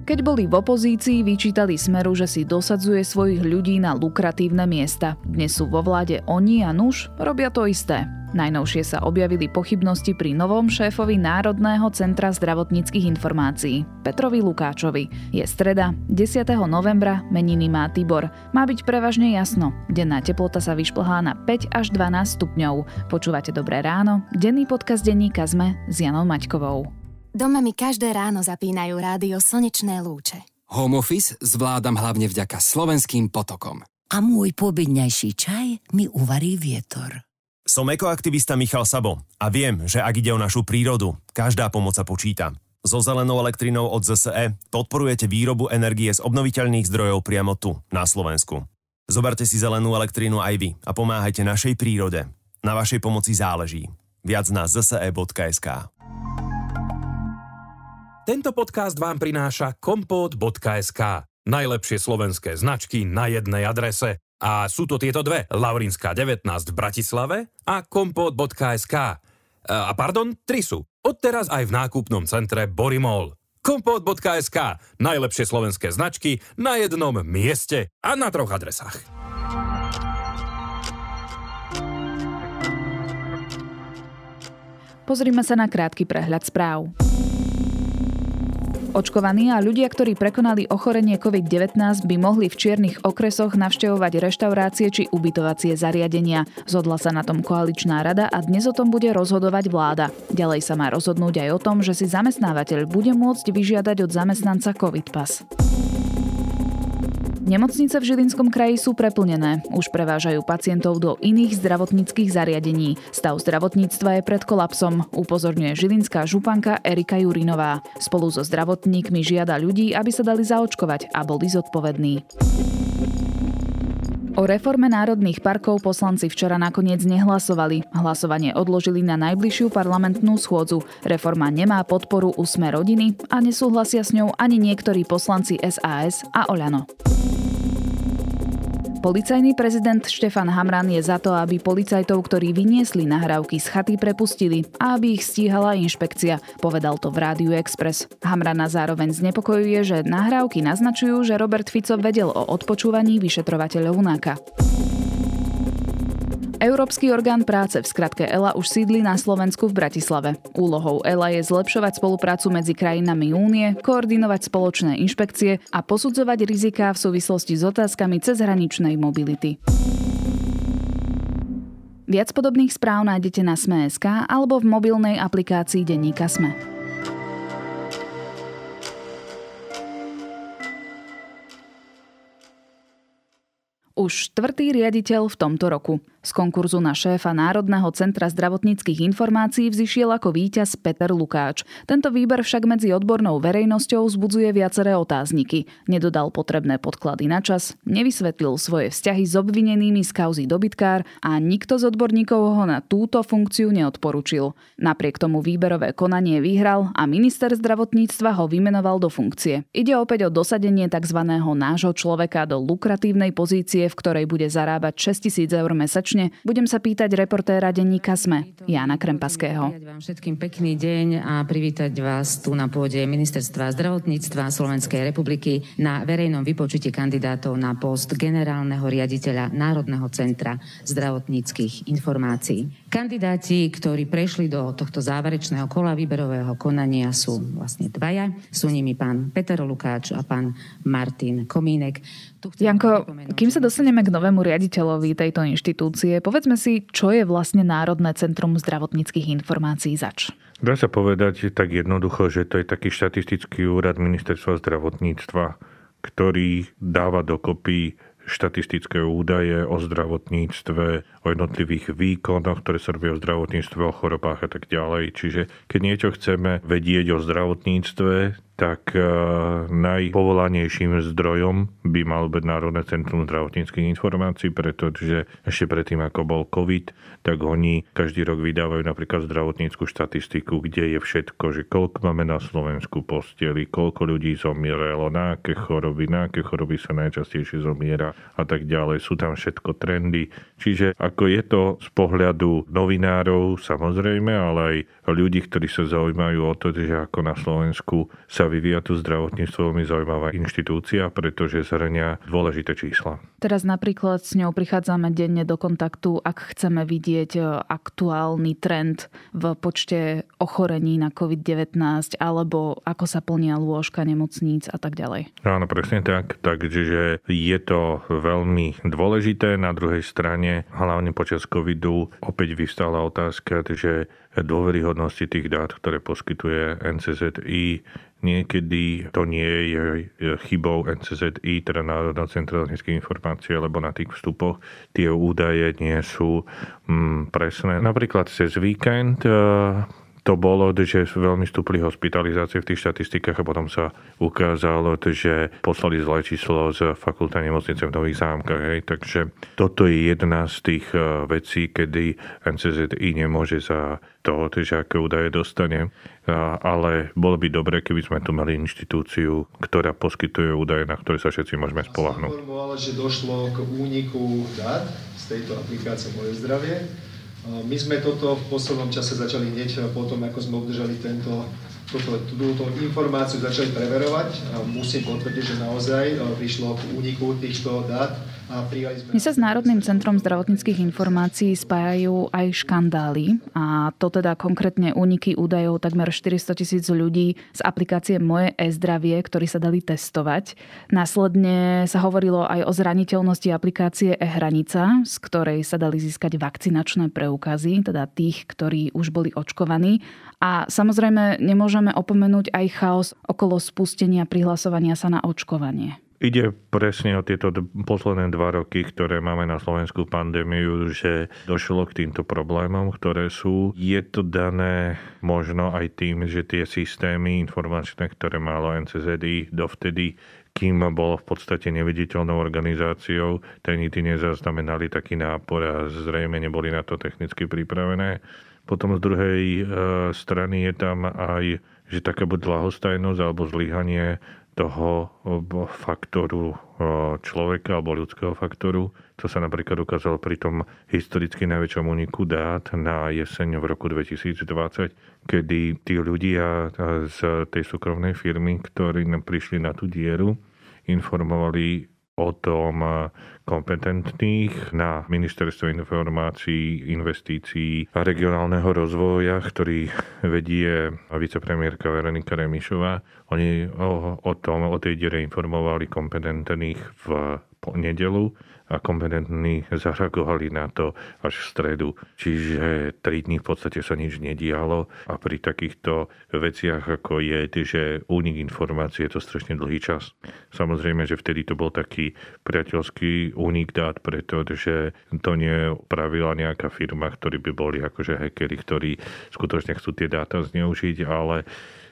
Keď boli v opozícii, vyčítali Smeru, že si dosadzuje svojich ľudí na lukratívne miesta. Dnes sú vo vláde oni a nuž robia to isté. Najnovšie sa objavili pochybnosti pri novom šéfovi Národného centra zdravotníckych informácií, Petrovi Lukáčovi. Je streda, 10. novembra, meniny má Tibor. Má byť prevažne jasno. Denná teplota sa vyšplhá na 5 až 12 stupňov. Počúvate Dobré ráno, denný podcast denníka SME s Janou Maťkovou. Doma mi každé ráno zapínajú rádio Slnečné lúče. Home office zvládam hlavne vďaka Slovenským potokom. A môj poobedňajší čaj mi uvarí vietor. Som ekoaktivista Michal Sabo a viem, že ak ide o našu prírodu, každá pomoc sa počíta. So zelenou elektrinou od ZSE podporujete výrobu energie z obnoviteľných zdrojov priamo tu, na Slovensku. Zoberte si zelenú elektrínu aj vy a pomáhajte našej prírode. Na vašej pomoci záleží. Viac na zse.sk. Tento podcast vám prináša Kompot.sk. Najlepšie slovenské značky na jednej adrese. A sú to tieto dve. Laurinská 19 v Bratislave a Kompot.sk. Tri sú. Odteraz aj v nákupnom centre Borimol. Kompot.sk. Najlepšie slovenské značky na jednom mieste a na 3 adresách. Pozrime sa na krátky prehľad správ. Očkovaní a ľudia, ktorí prekonali ochorenie COVID-19, by mohli v čiernych okresoch navštevovať reštaurácie či ubytovacie zariadenia. Zhodla sa na tom koaličná rada a dnes o tom bude rozhodovať vláda. Ďalej sa má rozhodnúť aj o tom, že si zamestnávateľ bude môcť vyžiadať od zamestnanca COVID pas. Nemocnice v Žilinskom kraji sú preplnené. Už prevážajú pacientov do iných zdravotníckych zariadení. Stav zdravotníctva je pred kolapsom, upozorňuje žilinská županka Erika Jurinová. Spolu so zdravotníkmi žiada ľudí, aby sa dali zaočkovať a boli zodpovední. O reforme národných parkov poslanci včera nakoniec nehlasovali. Hlasovanie odložili na najbližšiu parlamentnú schôdzu. Reforma nemá podporu u Sme rodiny a nesúhlasia s ňou ani niektorí poslanci SAS a Oľano. Policajný prezident Štefan Hamran je za to, aby policajtov, ktorí vyniesli nahrávky z chaty, prepustili a aby ich stíhala inšpekcia. Povedal to v Rádiu Express. Hamrana zároveň znepokojuje, že nahrávky naznačujú, že Robert Fico vedel o odpočúvaní vyšetrovateľov NAKA. Európsky orgán práce, v skratke ELA, už sídli na Slovensku v Bratislave. Úlohou ELA je zlepšovať spoluprácu medzi krajinami únie, koordinovať spoločné inšpekcie a posudzovať riziká v súvislosti s otázkami cezhraničnej mobility. Viac podobných správ nájdete na Sme.sk alebo v mobilnej aplikácii denníka Sme. Už 4. riaditeľ v tomto roku. Z konkurzu na šéfa Národného centra zdravotníckych informácií vzišiel ako víťaz Peter Lukáč. Tento výber však medzi odbornou verejnosťou vzbudzuje viaceré otázniky. Nedodal potrebné podklady na čas, nevysvetlil svoje vzťahy s obvinenými z kauzy dobytkár a nikto z odborníkov ho na túto funkciu neodporučil. Napriek tomu výberové konanie vyhral a minister zdravotníctva ho vymenoval do funkcie. Ide opäť o dosadenie tzv. Nášho človeka do lukratívnej pozície, v ktorej bude zarábať 6 000 eur mesačne. Budem sa pýtať reportéra denníka SME, Jána Krempaského. Prijať vám všetkým pekný deň a privítať vás tu na pôde Ministerstva zdravotníctva Slovenskej republiky na verejnom vypočutí kandidátov na post generálneho riaditeľa Národného centra zdravotníckych informácií. Kandidáti, ktorí prešli do tohto záverečného kola výberového konania, sú vlastne dvaja. Sú nimi pán Peter Lukáč a pán Martin Komínek. Janko, kým sa dostaneme k novému riaditeľovi tejto inštitúcie, povedzme si, čo je vlastne Národné centrum zdravotníckych informácií zač? Dá sa povedať tak jednoducho, že to je taký štatistický úrad Ministerstva zdravotníctva, ktorý dáva dokopy štatistické údaje o zdravotníctve, o jednotlivých výkonoch, ktoré sa robia v zdravotníctve, o chorobách a tak ďalej. Čiže keď niečo chceme vedieť o zdravotníctve, tak najpovolanejším zdrojom by malo byť Národné centrum zdravotníckych informácií, pretože ešte predtým, ako bol COVID, tak oni každý rok vydávajú napríklad zdravotnícku štatistiku, kde je všetko, že koľko máme na Slovensku posteli, koľko ľudí zomieralo, na aké choroby sa najčastejšie zomiera a tak ďalej. Sú tam všetko trendy. Čiže ak Ako je to z pohľadu novinárov samozrejme, ale aj ľudí, ktorí sa zaujímajú o to, že ako na Slovensku sa vyvíja tu zdravotníctvo, veľmi zaujímavá inštitúcia, pretože zhrňa dôležité čísla. Teraz napríklad s ňou prichádzame denne do kontaktu, ak chceme vidieť aktuálny trend v počte ochorení na COVID-19 alebo ako sa plnia lôžka nemocníc a tak ďalej. Áno, presne tak. Takže je to veľmi dôležité. Na druhej strane, hlavne počas covidu, opäť vystala otázka, že dôveryhodnosti tých dát, ktoré poskytuje NCZI, niekedy to nie je chybou NCZI, teda Národného centra zdravotníckych informácií, lebo na tých vstupoch tie údaje nie sú presné. Napríklad cez víkend to bolo, že veľmi stúpli hospitalizácie v tých štatistikách a potom sa ukázalo, že poslali zlé číslo z fakultnej nemocnice v Nových Zámkach. Hej. Takže toto je jedna z tých vecí, kedy NCZI nemôže za to, že aké údaje dostane. Ale bolo by dobre, keby sme tu mali inštitúciu, ktorá poskytuje údaje, na ktoré sa všetci môžeme spoľahnúť. Informovala, že došlo k úniku dát z tejto aplikácie Moje zdravie. My sme toto v poslednom čase začali hneď potom, ako sme obdržali túto informáciu, začali preverovať. Musím potvrdiť, že naozaj prišlo k úniku týchto dát. My sa s Národným centrom zdravotníckych informácií spájajú aj škandály, a to teda konkrétne úniky údajov takmer 400 000 ľudí z aplikácie Moje e-zdravie, ktorí sa dali testovať. Následne sa hovorilo aj o zraniteľnosti aplikácie e-hranica, z ktorej sa dali získať vakcinačné preukazy, teda tých, ktorí už boli očkovaní. A samozrejme nemôžeme opomenúť aj chaos okolo spustenia prihlasovania sa na očkovanie. Ide presne o tieto posledné 2 roky, ktoré máme na Slovensku pandémiu, že došlo k týmto problémom, ktoré sú. Je to dané možno aj tým, že tie systémy informačné, ktoré malo NCZI dovtedy, kým bolo v podstate neviditeľnou organizáciou, tak nikdy nezaznamenali taký nápor a zrejme neboli na to technicky pripravené. Potom z druhej strany je tam aj, že taká buď ľahostajnosť alebo zlyhanie toho faktoru človeka alebo ľudského faktoru. To sa napríklad ukázalo pri tom historicky najväčšom úniku dát na jeseň v roku 2020, kedy tí ľudia z tej súkromnej firmy, ktorí prišli na tú dieru, informovali o tom kompetentných na Ministerstvo informácií, investícií a regionálneho rozvoja, ktorý vedie vicepremiérka Veronika Remišová. Oni o tej diere informovali kompetentných v nedeľu a kompetentní zareagovali na to až v stredu. Čiže 3 dní v podstate sa nič nedialo a pri takýchto veciach, ako je, že únik informácií, je to strašne dlhý čas. Samozrejme, že vtedy to bol taký priateľský únik dát, pretože to nepravila nejaká firma, ktorí by boli akože hackeri, ktorí skutočne chcú tie dáta zneužiť, ale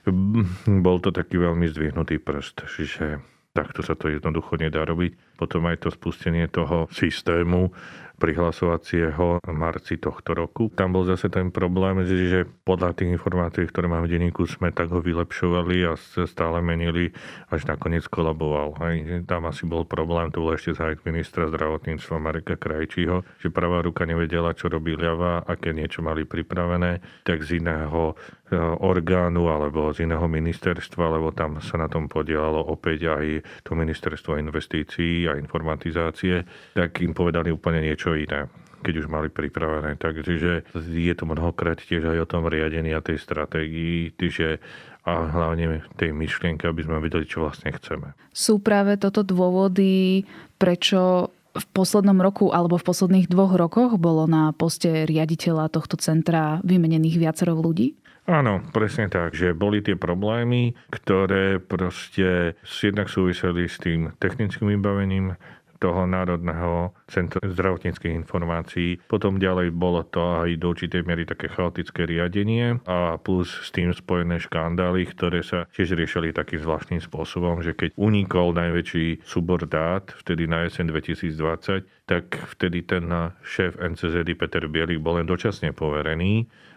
bol to taký veľmi zdvihnutý prst, čiže takto sa to jednoducho nedá robiť. Potom aj to spustenie toho systému prihlasovacieho v marci tohto roku. Tam bol zase ten problém, že podľa tých informácií, ktoré máme v denníku, sme tak ho vylepšovali a stále menili, až nakoniec kolaboval. Hej. Tam asi bol problém, to bol ešte za ministra zdravotníctva Mareka Krajčího, že pravá ruka nevedela, čo robí ľavá, a keď niečo mali pripravené, tak z iného orgánu alebo z iného ministerstva, lebo tam sa na tom podielalo opäť aj to ministerstvo investícií a informatizácie, tak im povedali úplne niečo iné, keď už mali pripravené. Takže je to mnohokrát tiež aj o tom riadení a tej stratégii, a hlavne tej myšlienky, aby sme vedeli, čo vlastne chceme. Sú práve toto dôvody, prečo v poslednom roku alebo v posledných 2 rokoch bolo na poste riaditeľa tohto centra vymenených viacero ľudí? Áno, presne tak, že boli tie problémy, ktoré proste jednak súviseli s tým technickým vybavením toho Národného centra zdravotníckych informácií. Potom ďalej bolo to aj do určitej miery také chaotické riadenie a plus s tým spojené škandály, ktoré sa tiež riešili takým zvláštnym spôsobom, že keď unikol najväčší súbor dát, vtedy na jeseň 2020, tak vtedy ten šéf NCZI Peter Bielik bol len dočasne poverený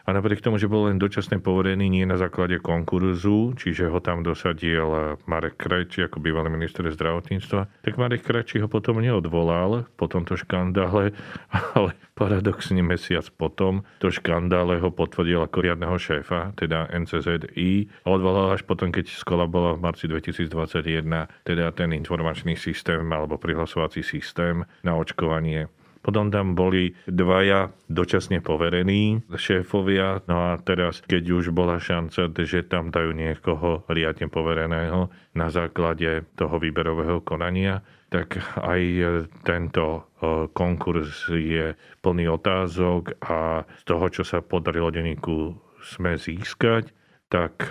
A napriek tomu, že bol len dočasne poverený nie na základe konkurzu, čiže ho tam dosadil Marek Krajčí ako bývalý minister zdravotníctva, tak Marek Krajčí ho potom neodvolal po tomto škandále, ale paradoxne mesiac potom to škandále ho potvrdil ako riadneho šéfa, teda NCZI, a odvolal až potom, keď skolaboval v marci 2021 teda ten informačný systém alebo prihlasovací systém na očkovanie. Potom tam boli dvaja dočasne poverení šéfovia. No a teraz, keď už bola šanca, že tam dajú niekoho riadne povereného na základe toho výberového konania, tak aj tento konkurs je plný otázok a z toho, čo sa podarilo denníku SME získať, tak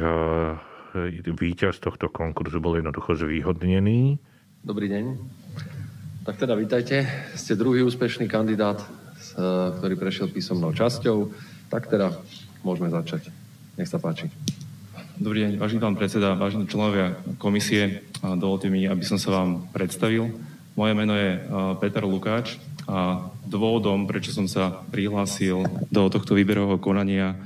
víťaz tohto konkurzu bol jednoducho zvýhodnený. Dobrý deň. Tak teda vítajte, ste druhý úspešný kandidát, ktorý prešiel písomnou časťou, tak teda môžeme začať. Nech sa páči. Dobrý deň, vážený pán predseda, vážení členovia komisie, dovolte mi, aby som sa vám predstavil. Moje meno je Peter Lukáč a dôvodom, prečo som sa prihlásil do tohto výberového konania,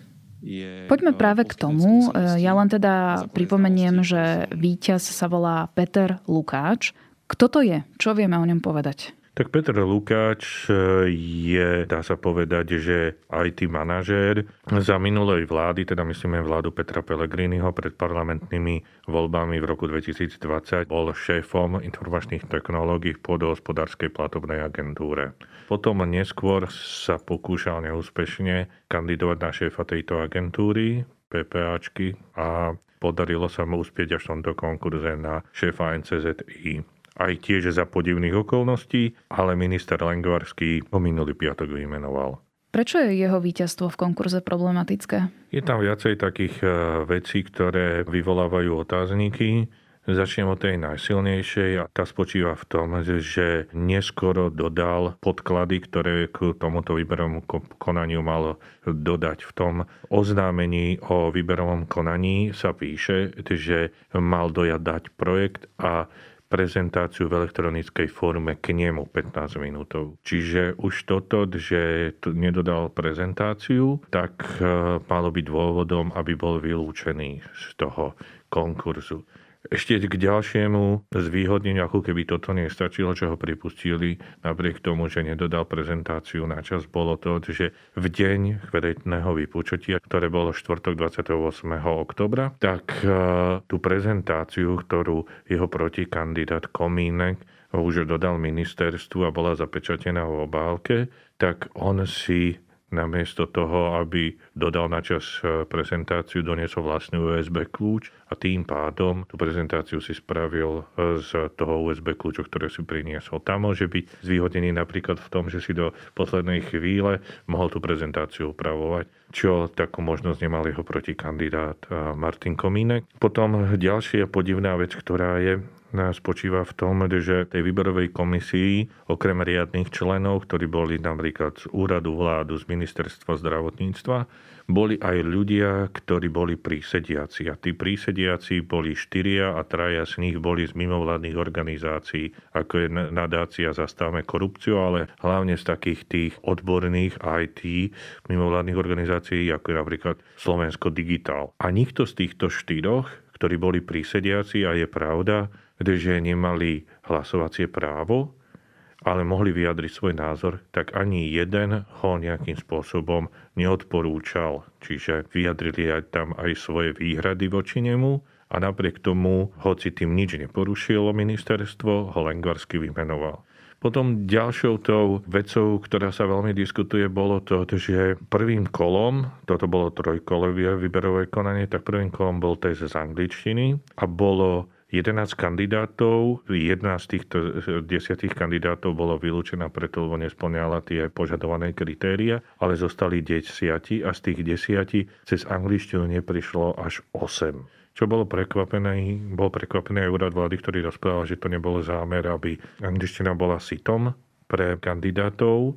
Poďme práve k tomu. Ja len teda pripomeniem, že víťaz sa volá Peter Lukáč. Kto to je? Čo vieme o ňom povedať? Tak Peter Lukáč je, dá sa povedať, že IT manažér za minulej vlády, teda myslíme vládu Petra Pellegriniho pred parlamentnými voľbami v roku 2020, bol šéfom informačných technológií v pôdohospodárskej platobnej agentúre. Potom neskôr sa pokúšal neúspešne kandidovať na šéfa tejto agentúry, PPAčky, a podarilo sa mu uspieť až v tomto konkurze na šéfa NCZI. Aj tiež za podivných okolností, ale minister Lengvarský ho minulý piatok vymenoval. Prečo je jeho víťazstvo v konkurze problematické? Je tam viacej takých vecí, ktoré vyvolávajú otázniky. Začnem od tej najsilnejšej a tá spočíva v tom, že neskoro dodal podklady, ktoré k tomuto výberovému konaniu malo dodať. V tom oznámení o výberovom konaní sa píše, že mal dodať projekt a prezentáciu v elektronickej forme k nemu 15 minútov. Čiže už toto, že nedodal prezentáciu, tak malo byť dôvodom, aby bol vylúčený z toho konkurzu. Ešte k ďalšiemu zvýhodneniu, ako keby toto nestačilo, čo ho pripustili napriek tomu, že nedodal prezentáciu na čas, bolo to, že v deň verejného vypočutia, ktoré bolo štvrtok 28. oktobra, tak tú prezentáciu, ktorú jeho protikandidát Komínek už dodal ministerstvu a bola zapečatená v obálke, tak on si namiesto toho, aby dodal na čas prezentáciu, doniesol vlastný USB kľúč a tým pádom tú prezentáciu si spravil z toho USB kľúču, ktoré si priniesol. Tam môže byť zvýhodnený napríklad v tom, že si do poslednej chvíle mohol tú prezentáciu upravovať, čo takú možnosť nemal jeho protikandidát Martin Komínek. Potom ďalšia podivná vec, ktorá spočíva v tom, že tej výberovej komisii okrem riadnych členov, ktorí boli napríklad z úradu vládu, z ministerstva zdravotníctva, boli aj ľudia, ktorí boli prísediaci. A tí prísediaci boli 4 a 3 z nich boli z mimovládnych organizácií, ako je nadácia Zastavme korupciu, ale hlavne z takých tých odborných IT mimovládnych organizácií, ako je napríklad Slovensko Digitál. A nikto z týchto 4, ktorí boli prísediaci, a je pravda, že nemali hlasovacie právo, ale mohli vyjadriť svoj názor, tak ani jeden ho nejakým spôsobom neodporúčal. Čiže vyjadrili aj tam aj svoje výhrady voči nemu a napriek tomu, hoci tým nič neporušilo ministerstvo, ho Lengvarský vymenoval. Potom ďalšou tou vecou, ktorá sa veľmi diskutuje, bolo to, že prvým kolom, toto bolo trojkolové výberové konanie, tak prvým kolom bol test z angličtiny a bolo 11 kandidátov, jedna z týchto 10 kandidátov bolo vylúčená preto, lebo nesplňala tie požadované kritéria, ale zostali 10 a z tých 10 cez angličtinu neprišlo až 8. Čo bol prekvapený aj úrad vlády, ktorý rozprával, že to nebolo zámer, aby angličtina bola sitom pre kandidátov.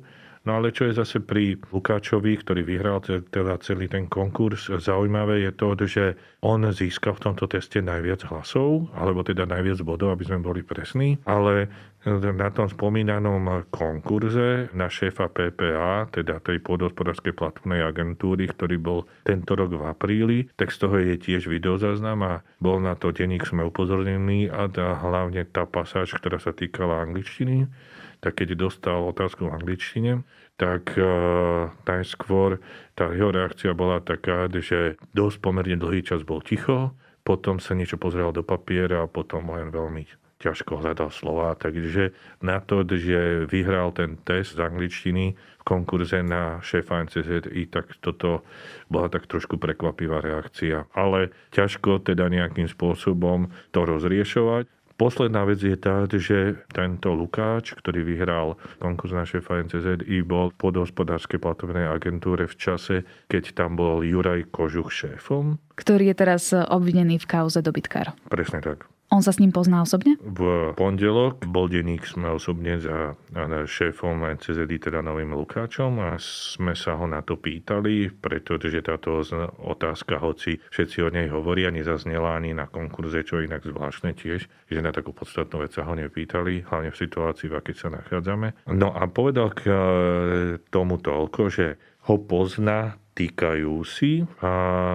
No ale čo je zase pri Lukáčovi, ktorý vyhral teda celý ten konkurs, zaujímavé je to, že on získal v tomto teste najviac hlasov, alebo teda najviac bodov, aby sme boli presní, ale na tom spomínanom konkurze na šéfa PPA, teda tej pôdohospodárskej platobnej agentúry, ktorý bol tento rok v apríli, tak z toho je tiež videozáznam a bol na to denník Sme upozornení a hlavne tá pasáž, ktorá sa týkala angličtiny, tak keď dostal otázku v angličtine, tak najskôr tá jeho reakcia bola taká, že dosť pomerne dlhý čas bol ticho, potom sa niečo pozrel do papiera a potom len veľmi ťažko hľadal slova. Takže na to, že vyhral ten test z angličtiny v konkurze na šéfa NCZI, tak toto bola tak trošku prekvapivá reakcia. Ale ťažko teda nejakým spôsobom to rozriešovať. Posledná vec je tá, že tento Lukáč, ktorý vyhral konkurs na šéfa NCZI, bol v pôdohospodárskej platobnej agentúre v čase, keď tam bol Juraj Kožuch šéfom. Ktorý je teraz obvinený v kauze dobytkár. Presne tak. On sa s ním pozná osobne? V pondelok bol denník Sme osobne za šéfom NCZI, teda novým Lukáčom, a sme sa ho na to pýtali, pretože táto otázka, hoci všetci o nej hovoria, nezaznela ani na konkurze, čo inak zvláštne tiež, že na takú podstatnú vec sa ho nepýtali, hlavne v situácii, v akej sa nachádzame. No a povedal k tomu toľko, že ho pozná týkajúci a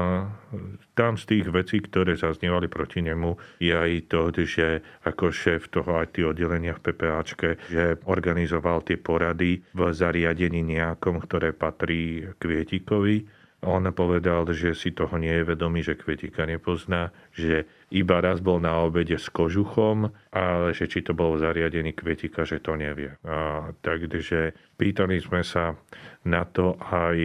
tam z tých vecí, ktoré zaznievali proti nemu, je aj to, že ako šéf toho IT oddelenia v PPAčke, že organizoval tie porady v zariadení nejakom, ktoré patrí Kvietikovi. On povedal, že si toho nie je vedomý, že Kvietika nepozná, že iba raz bol na obede s Kožuchom, ale že či to bolo v zariadení Kvietika, že to nevie. Takže pýtali sme sa na to aj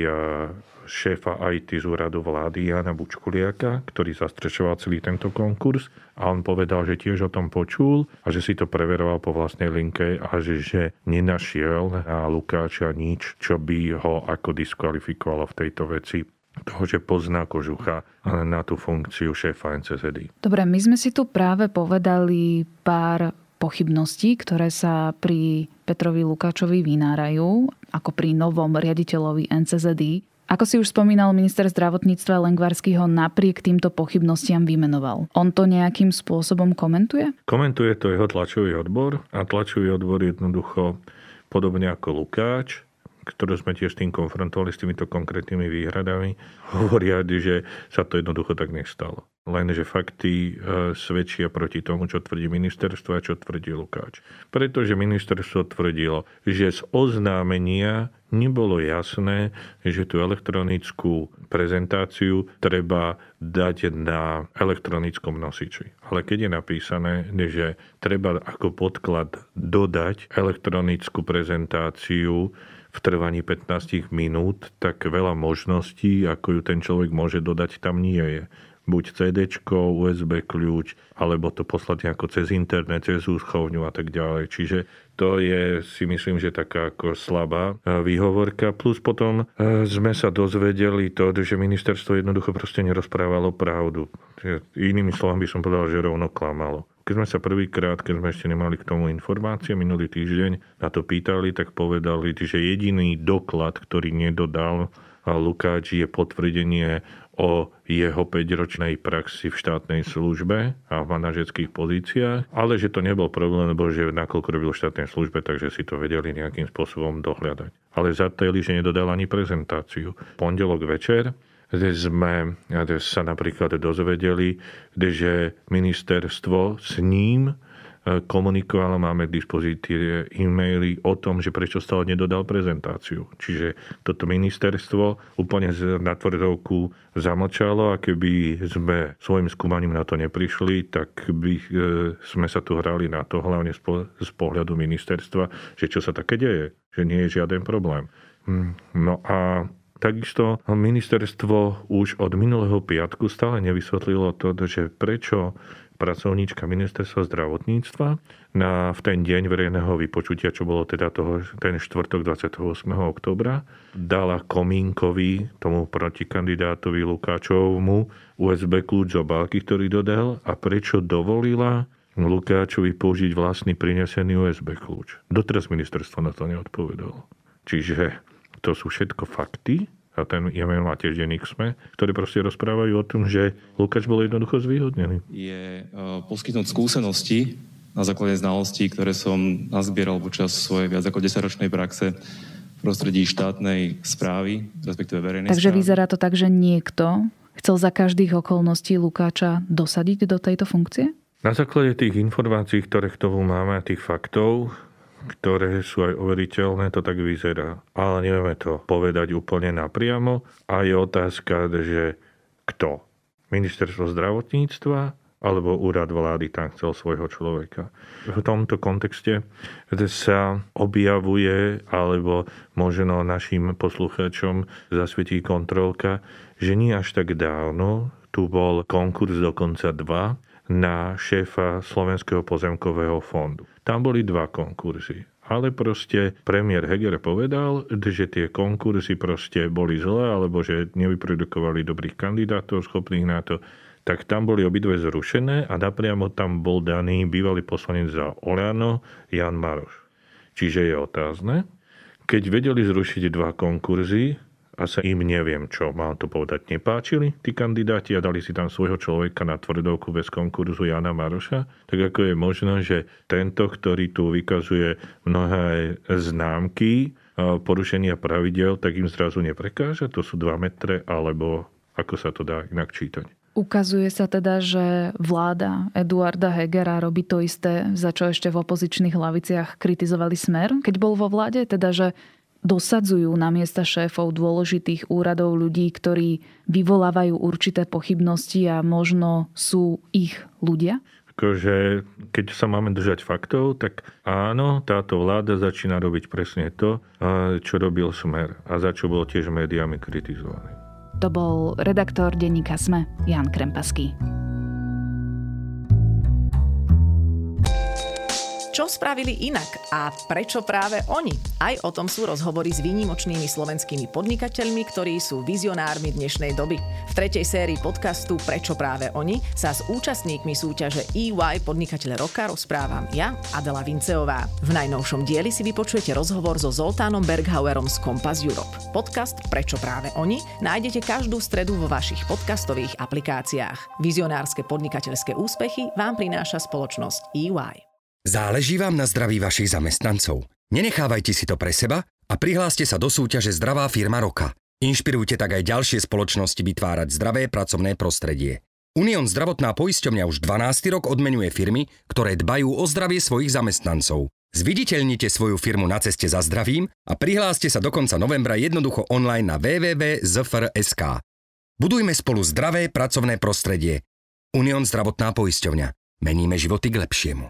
šéfa IT z úradu vlády Jana Bučkuliaka, ktorý zastrešoval celý tento konkurs, a on povedal, že tiež o tom počul a že si to preveroval po vlastnej linke a že nenašiel na Lukáča nič, čo by ho ako diskvalifikovalo v tejto veci toho, že pozná Kožucha na tú funkciu šéfa NCZI. Dobre, my sme si tu práve povedali pár pochybností, ktoré sa pri Petrovi Lukáčovi vynárajú, ako pri novom riaditeľovi NCZI. Ako si už spomínal, minister zdravotníctva Lengvarský ho napriek týmto pochybnostiam vymenoval. On to nejakým spôsobom komentuje? Komentuje to jeho tlačový odbor a tlačový odbor jednoducho podobne ako Lukáč, ktorú sme tiež tým konfrontovali s týmito konkrétnymi výhradami, hovoria, že sa to jednoducho tak nestalo. Lenže fakty svedčia proti tomu, čo tvrdí ministerstvo a čo tvrdí Lukáč. Pretože ministerstvo tvrdilo, že z oznámenia nebolo jasné, že tú elektronickú prezentáciu treba dať na elektronickom nosiči. Ale keď je napísané, že treba ako podklad dodať elektronickú prezentáciu v trvaní 15 minút, tak veľa možností, ako ju ten človek môže dodať, tam nie je. Buď CDčko, USB kľúč, alebo to poslať nejako cez internet, cez úschovňu a tak ďalej. Čiže to je, si myslím, že taká ako slabá výhovorka. Plus potom sme sa dozvedeli to, že ministerstvo jednoducho proste nerozprávalo pravdu. Inými slovami by som povedal, že rovno klamalo. Keď sme sa prvýkrát, keď sme ešte nemali k tomu informácie, minulý týždeň na to pýtali, tak povedali, že jediný doklad, ktorý nedodal Lukáč, je potvrdenie o jeho 5-ročnej praxi v štátnej službe a v manažerských pozíciách, ale že to nebol problém, lebo že nakoľko robil v štátnej službe, takže si to vedeli nejakým spôsobom dohľadať. Ale zatajili, že nedodal ani prezentáciu. Pondelok večer sme sa napríklad dozvedeli, že ministerstvo s ním komunikovalo, máme k dispozícii e-maily o tom, že prečo stále nedodal prezentáciu. Čiže toto ministerstvo úplne na tvrdovku zamlčalo a keby sme svojim skúmaním na to neprišli, tak by sme sa tu hrali na to, hlavne z pohľadu ministerstva, že čo sa také deje, že nie je žiaden problém. No a takisto ministerstvo už od minulého piatku stále nevysvetlilo to, že prečo pracovníčka ministerstva zdravotníctva v ten deň verejného vypočutia, čo bolo teda ten štvrtok 28. októbra, dala Komínkovi, tomu protikandidátovi Lukáčovmu, USB kľúč z obálky, ktorý dodal, a prečo dovolila Lukáčovi použiť vlastný prinesený USB kľúč. Doteraz ministerstvo na to neodpovedalo. Čiže to sú všetko fakty, a ten e-mail má tiež denník SME, ktoré proste rozprávajú o tom, že Lukáč bol jednoducho zvýhodnený. Je poskytnúť skúsenosti na základe znalostí, ktoré som nazbieral počas svojej viac ako 10-ročnej praxe v prostredí štátnej správy, respektíve verejnej Takže správy. vyzerá to tak, že niekto chcel za každých okolností Lukáča dosadiť do tejto funkcie? Na základe tých informácií, ktoré k tomu máme, tých faktov, ktoré sú aj overiteľné, to tak vyzerá. Ale nevieme to povedať úplne napriamo. A je otázka, že kto? Ministerstvo zdravotníctva alebo úrad vlády tam chcel svojho človeka. V tomto kontexte sa objavuje, alebo možno našim poslucháčom zasvietí kontrolka, že nie až tak dávno tu bol konkurs, dokonca 2, na šéfa Slovenského pozemkového fondu. Tam boli 2 konkurzy. Ale proste premiér Heger povedal, že tie konkursy proste boli zlé, alebo že nevyprodukovali dobrých kandidátov schopných na to. Tak tam boli obidve zrušené a napriamo tam bol daný bývalý poslanec za Oľano Jan Maroš. Čiže je otázne, keď vedeli zrušiť 2 konkurzy, a sa im neviem čo, mám to povedať, nepáčili tí kandidáti a dali si tam svojho človeka na tvrdovku bez konkurzu Jana Maroša, tak ako je možno, že tento, ktorý tu vykazuje mnohé známky porušenia pravidel, tak im zrazu neprekáža? To sú 2 metre, alebo ako sa to dá inak čítať? Ukazuje sa teda, že vláda Eduarda Hegera robí to isté, za čo ešte v opozičných hlaviciach kritizovali Smer, keď bol vo vláde, teda že dosadzujú na miesta šéfov dôležitých úradov ľudí, ktorí vyvolávajú určité pochybnosti a možno sú ich ľudia? Akože, keď sa máme držať faktov, tak áno, táto vláda začína robiť presne to, čo robil Smer a za čo bol tiež médiami kritizovaný. To bol redaktor denníka SME Jan Krempaský. Čo spravili inak a prečo práve oni? Aj o tom sú rozhovory s výnimočnými slovenskými podnikateľmi, ktorí sú vizionármi dnešnej doby. V 3. sérii podcastu Prečo práve oni sa s účastníkmi súťaže EY Podnikateľ roka rozprávam ja, Adela Vinceová. V najnovšom dieli si vypočujete rozhovor so Zoltánom Berghauerom z Compass Europe. Podcast Prečo práve oni nájdete každú stredu vo vašich podcastových aplikáciách. Vizionárske podnikateľské úspechy vám prináša spoločnosť EY. Záleží vám na zdraví vašich zamestnancov? Nenechávajte si to pre seba a prihláste sa do súťaže Zdravá firma roka. Inšpirujte tak aj ďalšie spoločnosti vytvárať zdravé pracovné prostredie. Unión zdravotná poisťovňa už 12. rok odmeňuje firmy, ktoré dbajú o zdravie svojich zamestnancov. Zviditeľnite svoju firmu na ceste za zdravím a prihláste sa do konca novembra jednoducho online na www.zfr.sk. Budujme spolu zdravé pracovné prostredie. Unión zdravotná poisťovňa. Meníme životy k lepšiemu.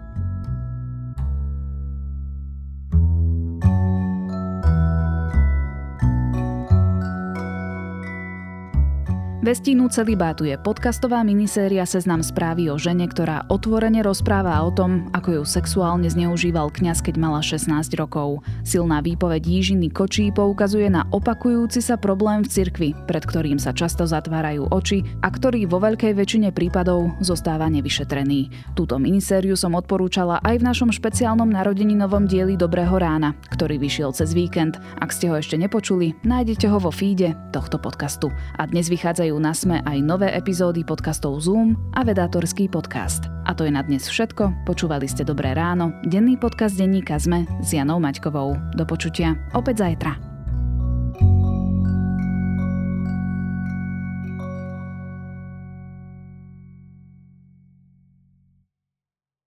Vestínu celibátu je podcastová miniséria Seznam správy o žene, ktorá otvorene rozpráva o tom, ako ju sexuálne zneužíval kňaz, keď mala 16 rokov. Silná výpoveď Jižiny Kočí poukazuje na opakujúci sa problém v cirkvi, pred ktorým sa často zatvárajú oči a ktorý vo veľkej väčšine prípadov zostáva nevyšetrený. Túto minisériu som odporúčala aj v našom špeciálnom narodeninovom dieli Dobrého rána, ktorý vyšiel cez víkend. Ak ste ho ešte nepočuli, nájdete ho vo feede tohto podcastu. A dnes vychádzajú na SME aj nové epizódy podcastov Zoom a Vedátorský podcast. A to je na dnes všetko. Počúvali ste Dobré ráno, denný podcast denníka SME s Janou Maťkovou. Do počutia opäť zajtra.